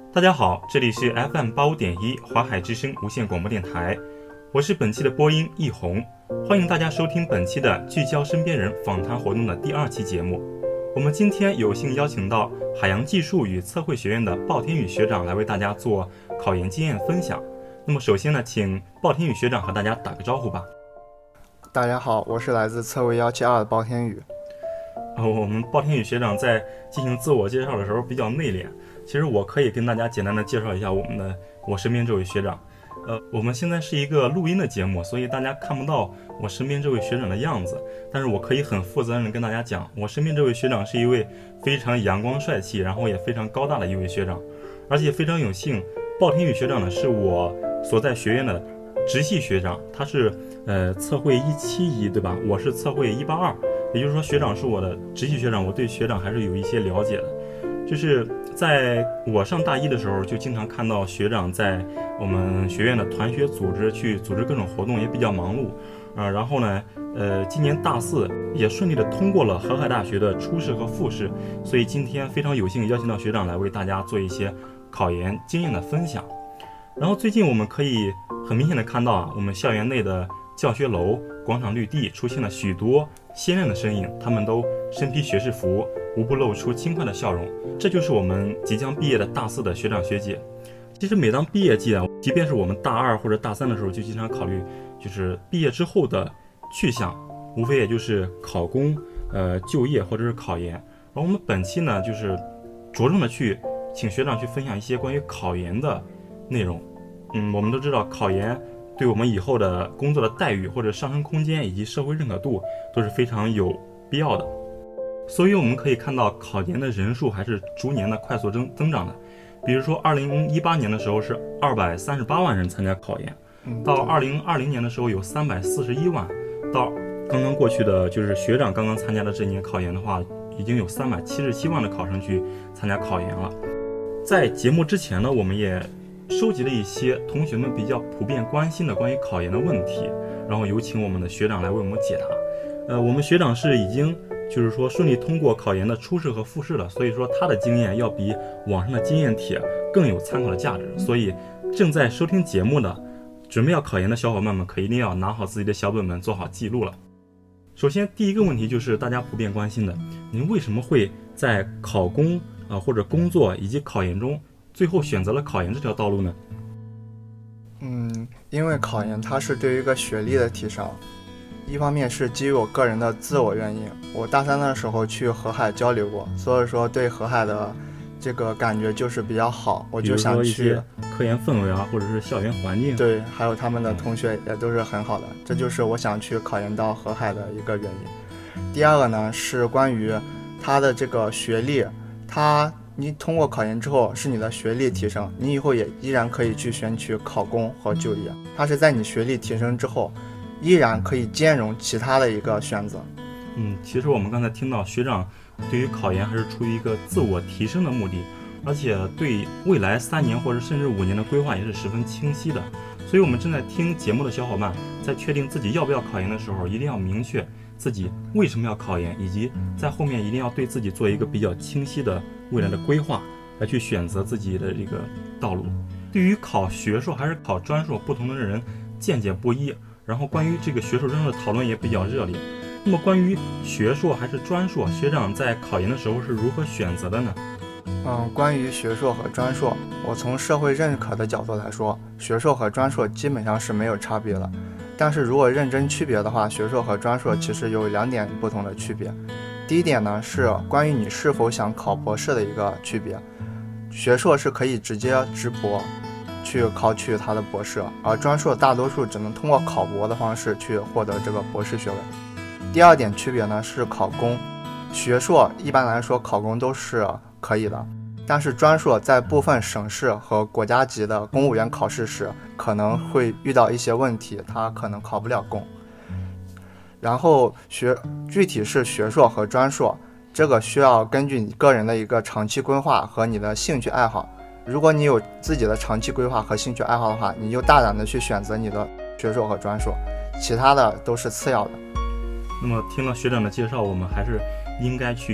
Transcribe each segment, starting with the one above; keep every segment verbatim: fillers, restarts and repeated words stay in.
大家好，这里是 F M 八五点一华海之声无线广播电台，我是本期的播音易红，欢迎大家收听本期的聚焦身边人访谈活动的第二期节目。我们今天有幸邀请到海洋技术与测绘学院的鲍天宇学长来为大家做考研经验分享。那么首先呢，请鲍天宇学长和大家打个招呼吧。 大家好，我是来自测绘一七二的鲍天宇。 呃，我们鲍天宇学长在进行自我介绍的时候比较内敛，其实我可以跟大家简单的介绍一下我们的我身边这位学长。呃，我们现在是一个录音的节目，所以大家看不到我身边这位学长的样子，但是我可以很负责任的跟大家讲，我身边这位学长是一位非常阳光帅气，然后也非常高大的一位学长，而且非常有幸，鲍天宇学长呢是我所在学院的直系学长，他是呃测绘一七一对吧？我是测绘一八二，也就是说学长是我的直系学长，我对学长还是有一些了解的。就是在我上大一的时候，就经常看到学长在我们学院的团学组织去组织各种活动，也比较忙碌啊、呃。然后呢，呃，今年大四也顺利的通过了河海大学的初试和复试，所以今天非常有幸邀请到学长来为大家做一些考研经验的分享。然后最近我们可以很明显的看到啊，我们校园内的教学楼、广场绿地出现了许多鲜亮的身影，他们都身披学士服，无不露出轻快的笑容。这就是我们即将毕业的大四的学长学姐。其实每当毕业季啊，即便是我们大二或者大三的时候，就经常考虑就是毕业之后的去向，无非也就是考公、呃就业或者是考研。然后我们本期呢，就是着重的去请学长去分享一些关于考研的内容。嗯，我们都知道考研对我们以后的工作的待遇或者上升空间以及社会认可度都是非常有必要的，所以我们可以看到考研的人数还是逐年的快速增增长的。比如说二零一八年的时候是二百三十八万人参加考研，到二零二零年的时候有三百四十一万，到刚刚过去的就是学长刚刚参加的这年考研的话，已经有三百七十七万的考生去参加考研了。在节目之前呢，我们也收集了一些同学们比较普遍关心的关于考研的问题，然后有请我们的学长来为我们解答。呃，我们学长是已经就是说顺利通过考研的初试和复试了，所以说他的经验要比网上的经验帖更有参考的价值。所以正在收听节目的准备要考研的小伙伴们，可一定要拿好自己的小本本，做好记录了。首先第一个问题就是大家普遍关心的，您为什么会在考公啊、呃、或者工作以及考研中最后选择了考研这条道路呢？ 嗯，因为考研它是对于一个学历的提升，一方面是基于我个人的自我原因，我大三的时候去河海交流过，所以说对河海的这个感觉就是比较好，我就想去。 科研氛围啊，或者是校园环境， 对，还有他们的同学也都是很好的，这就是我想去考研到河海的一个原因。第二个呢是关于他的这个学历，他你通过考研之后是你的学历提升，你以后也依然可以去选取考公和就业，它是在你学历提升之后依然可以兼容其他的一个选择。 嗯，其实我们刚才听到学长对于考研还是出于一个自我提升的目的，而且对未来三年或者甚至五年的规划也是十分清晰的。所以我们正在听节目的小伙伴在确定自己要不要考研的时候，一定要明确自己为什么要考研，以及在后面一定要对自己做一个比较清晰的未来的规划，来去选择自己的这个道路。对于考学硕还是考专硕，不同的人见解不一，然后关于这个学硕专硕的讨论也比较热烈。那么关于学硕还是专硕，学长在考研的时候是如何选择的呢？ 嗯，关于学硕和专硕，我从社会认可的角度来说，学硕和专硕基本上是没有差别的。但是如果认真区别的话，学硕和专硕其实有两点不同的区别。第一点呢是关于你是否想考博士的一个区别。学硕是可以直接直博去考取他的博士，而专硕大多数只能通过考博的方式去获得这个博士学位。第二点区别呢是考公，学硕一般来说考公都是可以的，但是专硕在部分省市和国家级的公务员考试时可能会遇到一些问题，他可能考不了公。然后学具体是学硕和专硕，这个需要根据你个人的一个长期规划和你的兴趣爱好。如果你有自己的长期规划和兴趣爱好的话，你就大胆的去选择你的学硕和专硕，其他的都是次要的。 那么听了学长的介绍，我们还是应该去进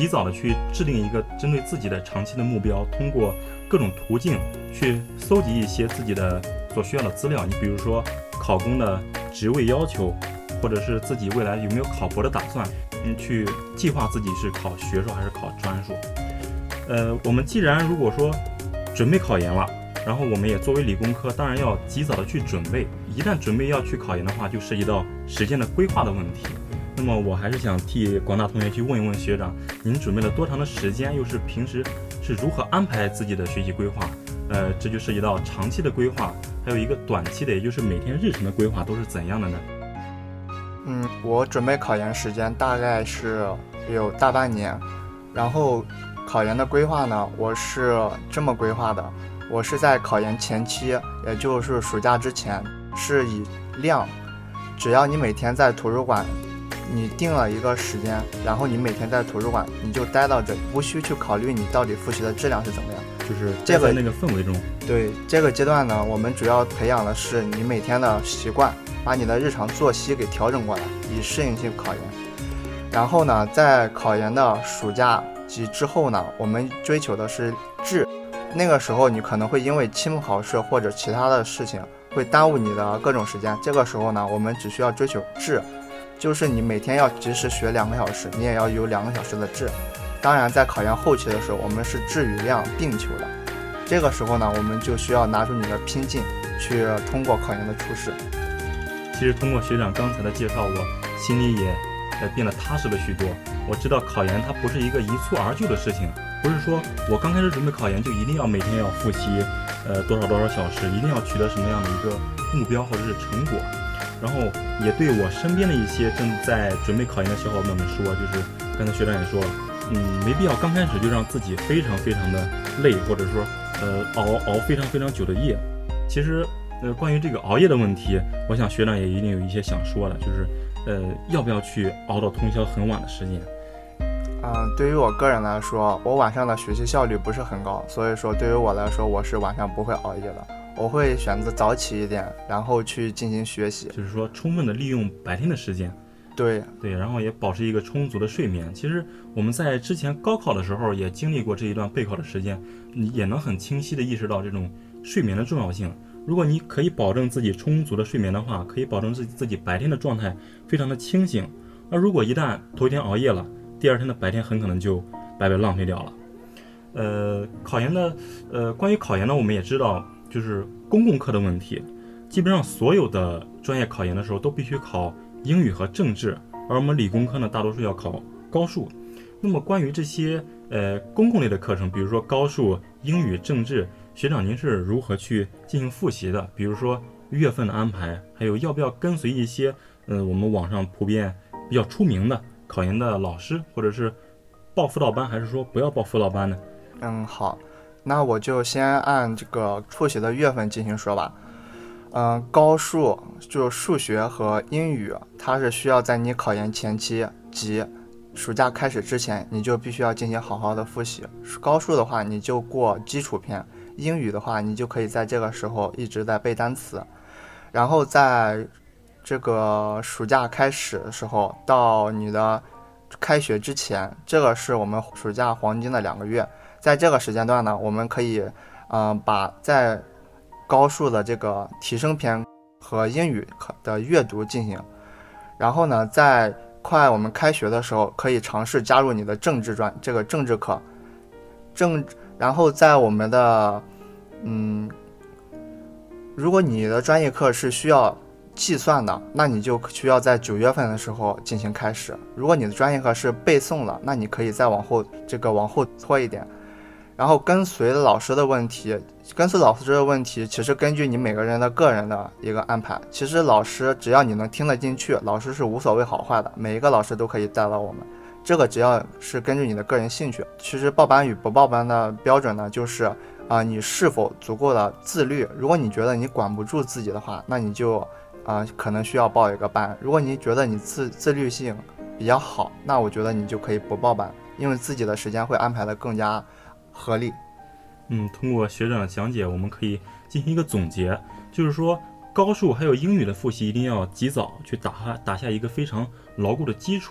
及早的去制定一个针对自己的长期的目标，通过各种途径去搜集一些自己的所需要的资料。你比如说考公的职位要求，或者是自己未来有没有考博的打算，你去计划自己是考学硕还是考专硕。呃，我们既然如果说准备考研了，然后我们也作为理工科，当然要及早的去准备。一旦准备要去考研的话，就涉及到时间的规划的问题。那么我还是想替广大同学去问一问学长，您准备了多长的时间，又是平时是如何安排自己的学习规划？呃，这就涉及到长期的规划，还有一个短期的，也就是每天日程的规划都是怎样的呢？ 嗯，我准备考研时间大概是有大半年，然后考研的规划呢，我是这么规划的，我是在考研前期，也就是暑假之前，是以量，只要你每天在图书馆，你定了一个时间，然后你每天在图书馆你就待到这，不需去考虑你到底复习的质量是怎么样， 就是这个那个氛围中。 对，这个阶段呢，我们主要培养的是你每天的习惯，把你的日常作息给调整过来，以适应性考研。然后呢，在考研的暑假及之后呢，我们追求的是质。那个时候你可能会因为期末考试或者其他的事情会耽误你的各种时间，这个时候呢，我们只需要追求质，就是你每天要及时学两个小时，你也要有两个小时的质。当然在考研后期的时候，我们是质与量并求的，这个时候呢，我们就需要拿出你的拼劲去通过考研的初试。 其实通过学长刚才的介绍，我心里也呃变得踏实了许多。我知道考研它不是一个一蹴而就的事情，不是说我刚开始准备考研就一定要每天要复习呃多少多少小时，一定要取得什么样的一个目标或者是成果。然后也对我身边的一些正在准备考研的小伙伴们说，就是刚才学长也说了，嗯，没必要刚开始就让自己非常非常的累，或者说呃熬熬非常非常久的夜。其实呃关于这个熬夜的问题，我想学长也一定有一些想说的，就是呃要不要去熬到通宵很晚的时间。 嗯，对于我个人来说，我晚上的学习效率不是很高，所以说对于我来说，我是晚上不会熬夜的，我会选择早起一点，然后去进行学习， 就是说充分的利用白天的时间。 对对，然后也保持一个充足的睡眠。其实我们在之前高考的时候也经历过这一段备考的时间，你也能很清晰的意识到这种睡眠的重要性。如果你可以保证自己充足的睡眠的话，可以保证自己自己白天的状态非常的清醒。而如果一旦头一天熬夜了，第二天的白天很可能就白白浪费掉了。呃，考研的呃，关于考研呢，我们也知道就是公共课的问题，基本上所有的专业考研的时候都必须考英语和政治，而我们理工科呢，大多数要考高数。那么关于这些呃公共类的课程，比如说高数、英语、政治，学长您是如何去进行复习的？比如说月份的安排，还有要不要跟随一些呃我们网上普遍比较出名的考研的老师，或者是报辅导班，还是说不要报辅导班呢？ 嗯，好，那我就先按这个复习的月份进行说吧。嗯，高数就数学和英语，它是需要在你考研前期及暑假开始之前，你就必须要进行好好的复习。高数的话，你就过基础篇；英语的话，你就可以在这个时候一直在背单词。然后在这个暑假开始的时候，到你的开学之前，这个是我们暑假黄金的两个月。在这个时间段呢，我们可以，嗯、呃，把在高数的这个提升篇和英语的阅读进行，然后呢，在快我们开学的时候，可以尝试加入你的政治专这个政治课，政，然后在我们的，嗯，如果你的专业课是需要计算的，那你就需要在九月份的时候进行开始。如果你的专业课是背诵的，那你可以再往后这个往后拖一点。然后跟随老师的问题，跟随老师的问题，其实根据你每个人的个人的一个安排。其实老师只要你能听得进去，老师是无所谓好坏的，每一个老师都可以带到我们。这个只要是根据你的个人兴趣。其实报班与不报班的标准呢，就是啊、呃，你是否足够的自律。如果你觉得你管不住自己的话，那你就啊、呃、可能需要报一个班。如果你觉得你自自律性比较好，那我觉得你就可以不报班，因为自己的时间会安排的更加合理。 嗯，通过学长的讲解，我们可以进行一个总结，就是说高数还有英语的复习一定要及早去打下打下一个非常牢固的基础。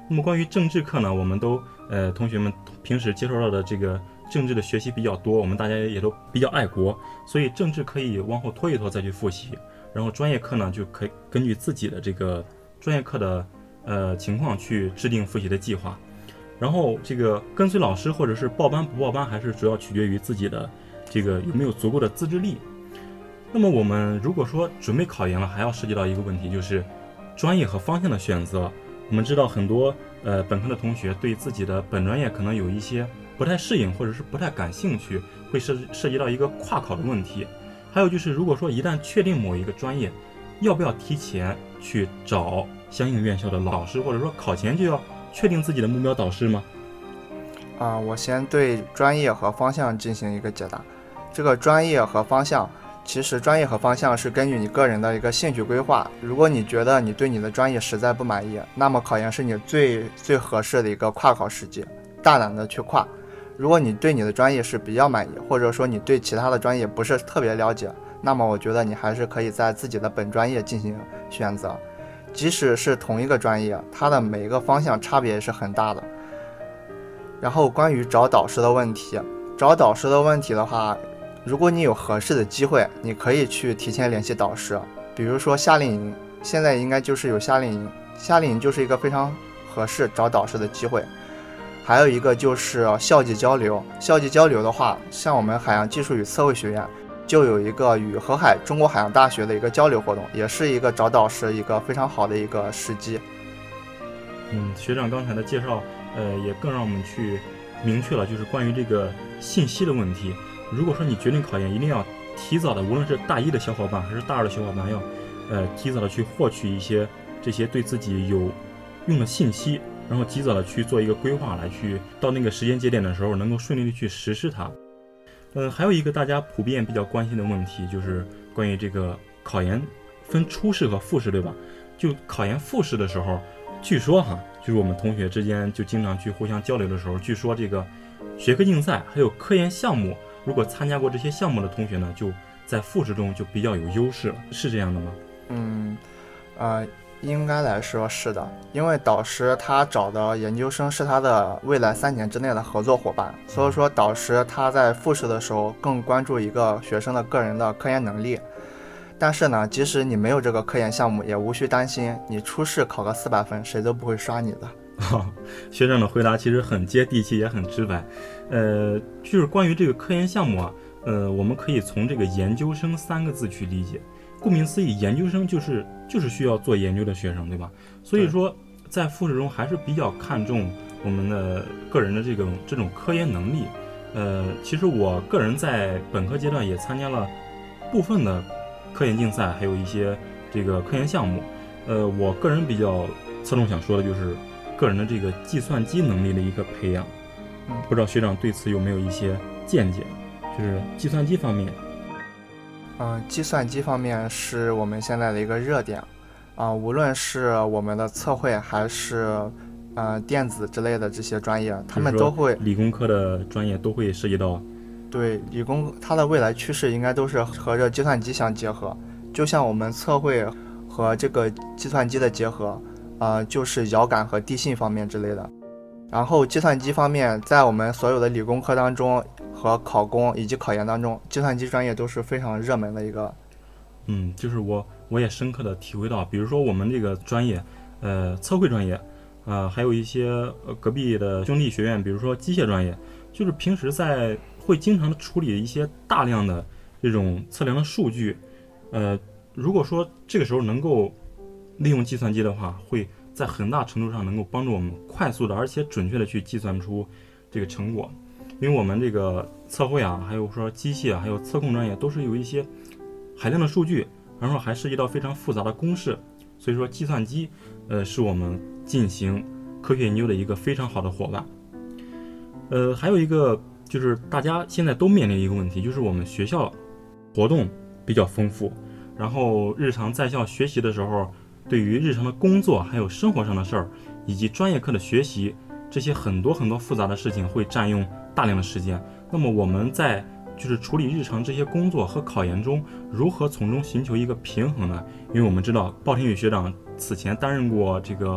那么关于政治课呢，我们都呃同学们平时接受到的这个政治的学习比较多，我们大家也都比较爱国，所以政治可以往后拖一拖再去复习，然后专业课呢就可以根据自己的这个专业课的呃情况去制定复习的计划。然后这个跟随老师或者是报班不报班，还是主要取决于自己的这个有没有足够的自制力。那么我们如果说准备考研了，还要涉及到一个问题，就是专业和方向的选择。我们知道很多呃本科的同学对自己的本专业可能有一些不太适应，或者是不太感兴趣，会涉涉及到一个跨考的问题。还有就是如果说一旦确定某一个专业，要不要提前去找相应院校的老师，或者说考前就要确定自己的目标导师吗？ 啊、呃，我先对专业和方向进行一个解答。这个专业和方向，其实专业和方向是根据你个人的一个兴趣规划。如果你觉得你对你的专业实在不满意，那么考研是你最最合适的一个跨考时机，大胆的去跨。如果你对你的专业是比较满意，或者说你对其他的专业不是特别了解，那么我觉得你还是可以在自己的本专业进行选择。即使是同一个专业，它的每一个方向差别也是很大的。然后关于找导师的问题，找导师的问题的话，如果你有合适的机会，你可以去提前联系导师，比如说夏令营，现在应该就是有夏令营，夏令营就是一个非常合适找导师的机会。还有一个就是校际交流，校际交流的话，像我们海洋技术与测绘学院就有一个与河海中国海洋大学的一个交流活动，也是一个找导师一个非常好的一个时机。 嗯，学长刚才的介绍，呃，也更让我们去明确了，就是关于这个信息的问题。如果说你决定考研，一定要提早的，无论是大一的小伙伴还是大二的小伙伴，要呃提早的去获取一些这些对自己有用的信息，然后及早的去做一个规划，来去到那个时间节点的时候能够顺利的去实施它。嗯，还有一个大家普遍比较关心的问题，就是关于这个考研分初试和复试，对吧？就考研复试的时候，据说哈，就是我们同学之间就经常去互相交流的时候，据说这个学科竞赛还有科研项目，如果参加过这些项目的同学呢，就在复试中就比较有优势了，是这样的吗？ 嗯，呃。应该来说是的，因为导师他找的研究生是他的未来三年之内的合作伙伴，所以说导师他在复试的时候更关注一个学生的个人的科研能力。但是呢，即使你没有这个科研项目，也无需担心，你初试考个四百分，谁都不会刷你的。 哦，学长的回答其实很接地气，也很直白。呃，就是关于这个科研项目啊，呃，我们可以从这个研究生三个字去理解。顾名思义，研究生就是就是需要做研究的学生，对吧？所以说，在复试中还是比较看重我们的个人的这种这种科研能力。呃，其实我个人在本科阶段也参加了部分的科研竞赛，还有一些这个科研项目。呃，我个人比较侧重想说的就是个人的这个计算机能力的一个培养。 嗯， 不知道学长对此有没有一些见解？就是计算机方面。 嗯、呃，计算机方面是我们现在的一个热点，啊、呃，无论是我们的测绘还是呃电子之类的这些专业，他们都会理工科的专业都会涉及到。 对，理工它的未来趋势应该都是和这计算机相结合，就像我们测绘和这个计算机的结合，呃，就是遥感和地信方面之类的。然后计算机方面，在我们所有的理工科当中和考公以及考研当中，计算机专业都是非常热门的一个。 嗯，就是我我也深刻的体会到，比如说我们这个专业，呃，测绘专业，呃，还有一些呃隔壁的兄弟学院，比如说机械专业，就是平时在会经常的处理一些大量的这种测量的数据，呃，如果说这个时候能够利用计算机的话，会在很大程度上能够帮助我们快速的而且准确的去计算出这个成果。因为我们这个测绘啊，还有说机械还有测控专业都是有一些海量的数据，然后还涉及到非常复杂的公式，所以说计算机呃是我们进行科学研究的一个非常好的伙伴。呃还有一个就是大家现在都面临一个问题，就是我们学校活动比较丰富，然后日常在校学习的时候，对于日常的工作还有生活上的事儿以及专业课的学习，这些很多很多复杂的事情会占用大量的时间。那么我们在就是处理日常这些工作和考研中，如何从中寻求一个平衡呢？因为我们知道鲍天宇学长此前担任过这个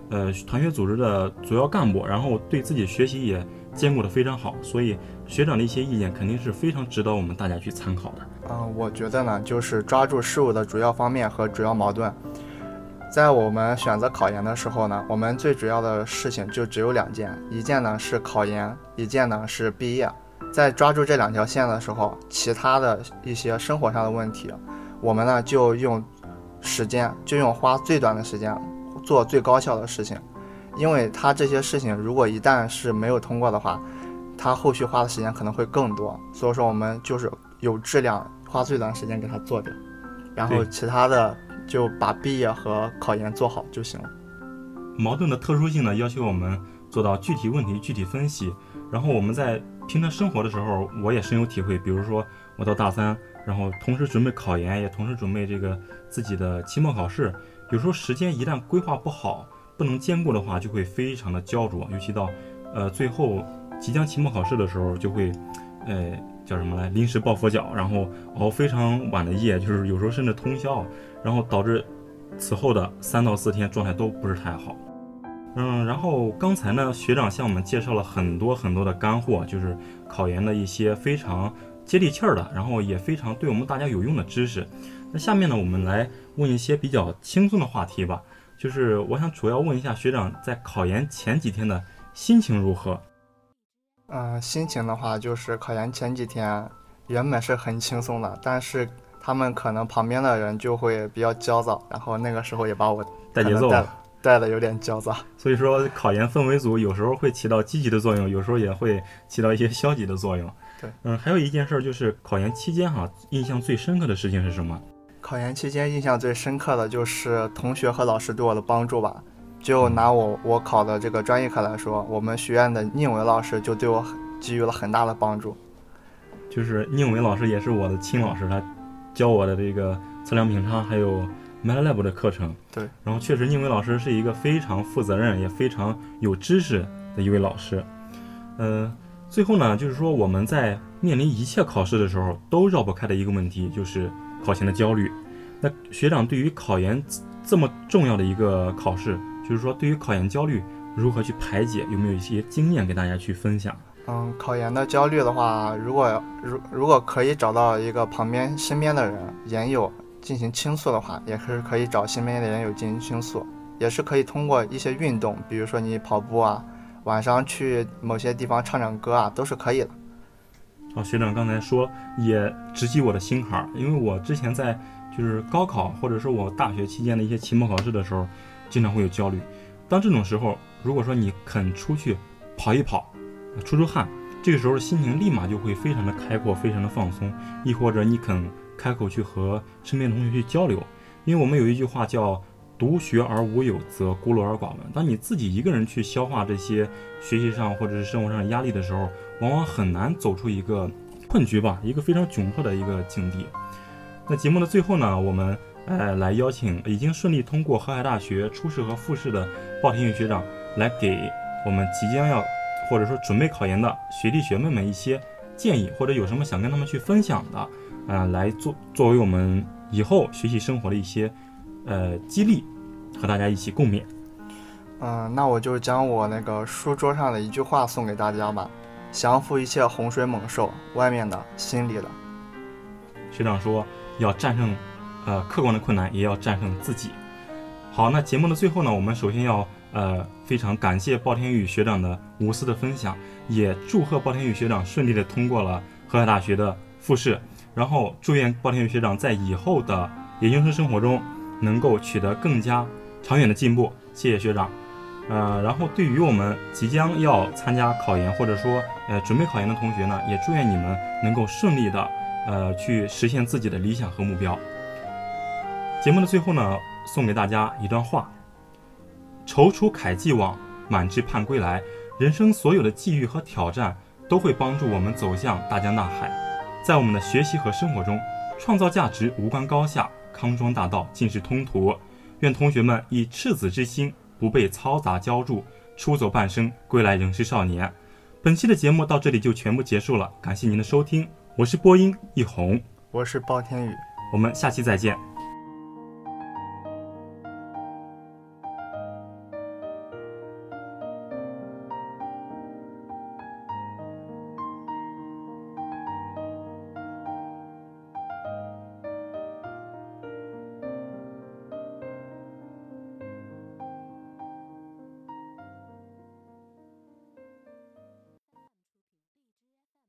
呃团学组织的主要干部，然后对自己学习也兼顾得非常好，所以学长的一些意见肯定是非常值得我们大家去参考的。 嗯、呃，我觉得呢，就是抓住事物的主要方面和主要矛盾。在我们选择考研的时候呢，我们最主要的事情就只有两件，一件呢是考研，一件呢是毕业。在抓住这两条线的时候，其他的一些生活上的问题，我们呢就用时间，就用花最短的时间做最高效的事情。因为他这些事情如果一旦是没有通过的话，他后续花的时间可能会更多，所以说我们就是有质量，花最短时间给他做掉，然后其他的就把毕业和考研做好就行了。 矛盾的特殊性呢，要求我们做到具体问题具体分析，然后我们在平常生活的时候，我也深有体会。比如说我到大三，然后同时准备考研，也同时准备这个自己的期末考试，有时候时间一旦规划不好，不能兼顾的话，就会非常的焦灼，尤其到呃最后即将期末考试的时候，就会呃叫什么来临时抱佛脚，然后熬非常晚的夜，就是有时候甚至通宵，然后导致此后的三到四天状态都不是太好。嗯，然后刚才呢，学长向我们介绍了很多很多的干货，就是考研的一些非常接地气儿的，然后也非常对我们大家有用的知识。那下面呢，我们来问一些比较轻松的话题吧。就是我想主要问一下学长，在考研前几天的心情如何？ 呃，心情的话，就是考研前几天原本是很轻松的，但是他们可能旁边的人就会比较焦躁，然后那个时候也把我带节奏了。 带的有点焦躁， 所以说考研氛围组有时候会起到积极的作用，有时候也会起到一些消极的作用。 对， 嗯，还有一件事就是考研期间哈，印象最深刻的事情是什么？ 考研期间印象最深刻的就是同学和老师对我的帮助吧。就拿我我考的这个专业课来说，我们学院的宁伟老师就对我给予了很大的帮助。 就是宁伟老师也是我的亲老师，他教我的这个测量品差还有MATLAB 的课程。 对， 然后确实宁伟老师是一个非常负责任也非常有知识的一位老师。呃，最后呢，就是说我们在面临一切考试的时候都绕不开的一个问题，就是考前的焦虑。那学长对于考研这么重要的一个考试，就是说对于考研焦虑如何去排解，有没有一些经验给大家去分享？ 嗯，考研的焦虑的话，如果如如果可以找到一个旁边身边的人研友进行倾诉的话，也是可以找身边的人有进行倾诉，也是可以通过一些运动，比如说你跑步啊，晚上去某些地方唱唱歌啊，都是可以的。 好，学长刚才说也直击我的心坎儿，因为我之前在就是高考或者是我大学期间的一些期末考试的时候，经常会有焦虑。当这种时候，如果说你肯出去跑一跑，出出汗，这个时候心情立马就会非常的开阔，非常的放松。亦或者你肯开口去和身边的同学去交流，因为我们有一句话叫独学而无友，则孤陋而寡闻。当你自己一个人去消化这些学习上或者是生活上的压力的时候，往往很难走出一个困局吧，一个非常窘迫的一个境地。那节目的最后呢，我们呃来邀请已经顺利通过河海大学初试和复试的鲍天宇学长，来给我们即将要或者说准备考研的学弟学妹们一些建议，或者有什么想跟他们去分享的。啊、呃，来作作为我们以后学习生活的一些呃激励，和大家一起共勉。 嗯、呃，那我就将我那个书桌上的一句话送给大家吧：降服一切洪水猛兽，外面的，心里的。 学长说，要战胜呃客观的困难，也要战胜自己。好，那节目的最后呢，我们首先要呃非常感谢鲍天宇学长的无私的分享，也祝贺鲍天宇学长顺利的通过了河海大学的复试。然后祝愿鲍天宇学长在以后的研究生生活中能够取得更加长远的进步，谢谢学长。呃，然后对于我们即将要参加考研或者说呃准备考研的同学呢，也祝愿你们能够顺利的呃去实现自己的理想和目标。节目的最后呢，送给大家一段话：踌躇凯既往，满之盼归来。人生所有的际遇和挑战都会帮助我们走向大江大海。在我们的学习和生活中，创造价值无关高下，康庄大道尽是通途。愿同学们以赤子之心，不被嘈杂浇筑，出走半生，归来仍是少年。本期的节目到这里就全部结束了，感谢您的收听，我是播音一红， 我是鲍天宇， 我们下期再见。